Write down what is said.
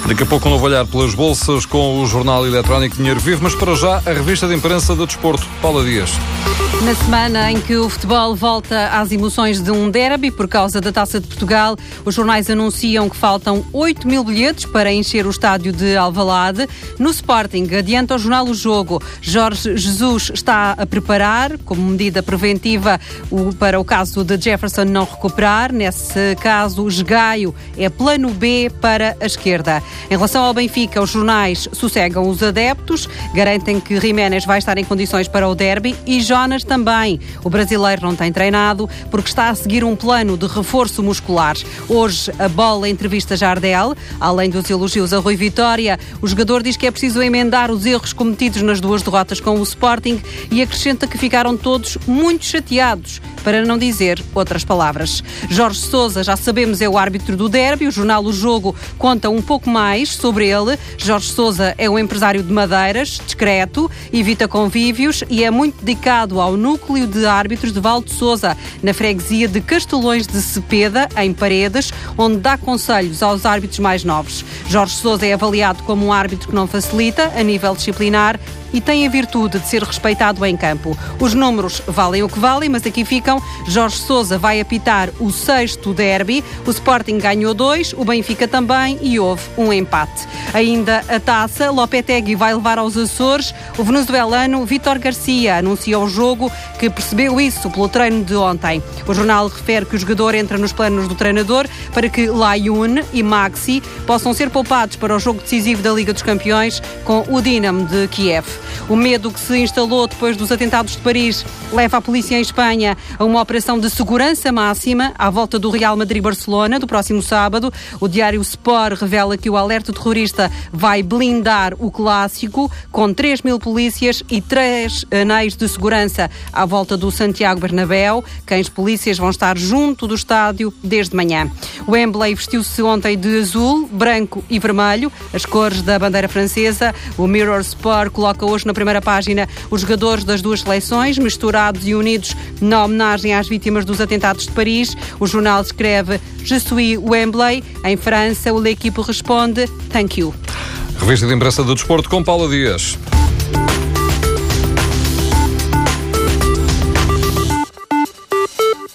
Daqui a pouco um novo olhar pelas bolsas com o jornal eletrónico Dinheiro Vivo, mas para já a revista de imprensa do desporto. Paula Dias. Na semana em que o futebol volta às emoções de um derby por causa da Taça de Portugal, os jornais anunciam que faltam 8 mil bilhetes para encher o estádio de Alvalade. No Sporting, adianta o jornal O Jogo. Jorge Jesus está a preparar, como medida preventiva, para o caso de Jefferson não recuperar. Nesse caso, o esgaio é plano B para a esquerda. Em relação ao Benfica, os jornais sossegam os adeptos, garantem que Jiménez vai estar em condições para o derby e Jonas também. O brasileiro não tem treinado porque está a seguir um plano de reforço muscular. Hoje, a Bola entrevista Jardel. Além dos elogios a Rui Vitória, o jogador diz que é preciso emendar os erros cometidos nas duas derrotas com o Sporting e acrescenta que ficaram todos muito chateados, para não dizer outras palavras. Jorge Sousa, já sabemos, é o árbitro do derby. O jornal O Jogo conta um pouco mais sobre ele. Jorge Sousa é um empresário de Madeiras, discreto, evita convívios e é muito dedicado ao núcleo de árbitros de Val de Sousa, na freguesia de Castelões de Cepeda, em Paredes, onde dá conselhos aos árbitros mais novos. Jorge Sousa é avaliado como um árbitro que não facilita a nível disciplinar e tem a virtude de ser respeitado em campo. Os números valem o que valem, mas aqui ficam. Jorge Sousa vai apitar o 6º derby. O Sporting ganhou 2, o Benfica também e houve um empate. Ainda a taça, Lopetegui vai levar aos Açores. O venezuelano Vítor Garcia anunciou o jogo que percebeu isso pelo treino de ontem. O jornal refere que o jogador entra nos planos do treinador para que Layún e Maxi possam ser poupados para o jogo decisivo da Liga dos Campeões com o Dinamo de Kiev. O medo que se instalou depois dos atentados de Paris leva a polícia em Espanha a uma operação de segurança máxima à volta do Real Madrid-Barcelona do próximo sábado. O diário Sport revela que o alerta terrorista vai blindar o clássico com 3 mil polícias e 3 anéis de segurança à volta do Santiago Bernabéu. Cães polícias vão estar junto do estádio desde manhã. O Wembley vestiu-se ontem de azul, branco e vermelho, as cores da bandeira francesa. O Mirror Sport coloca hoje na primeira página os jogadores das duas seleções, misturados e unidos na homenagem às vítimas dos atentados de Paris. O jornal escreve Je suis Wembley. Em França, o L'Équipe responde Thank you. Revista de imprensa do desporto com Paula Dias.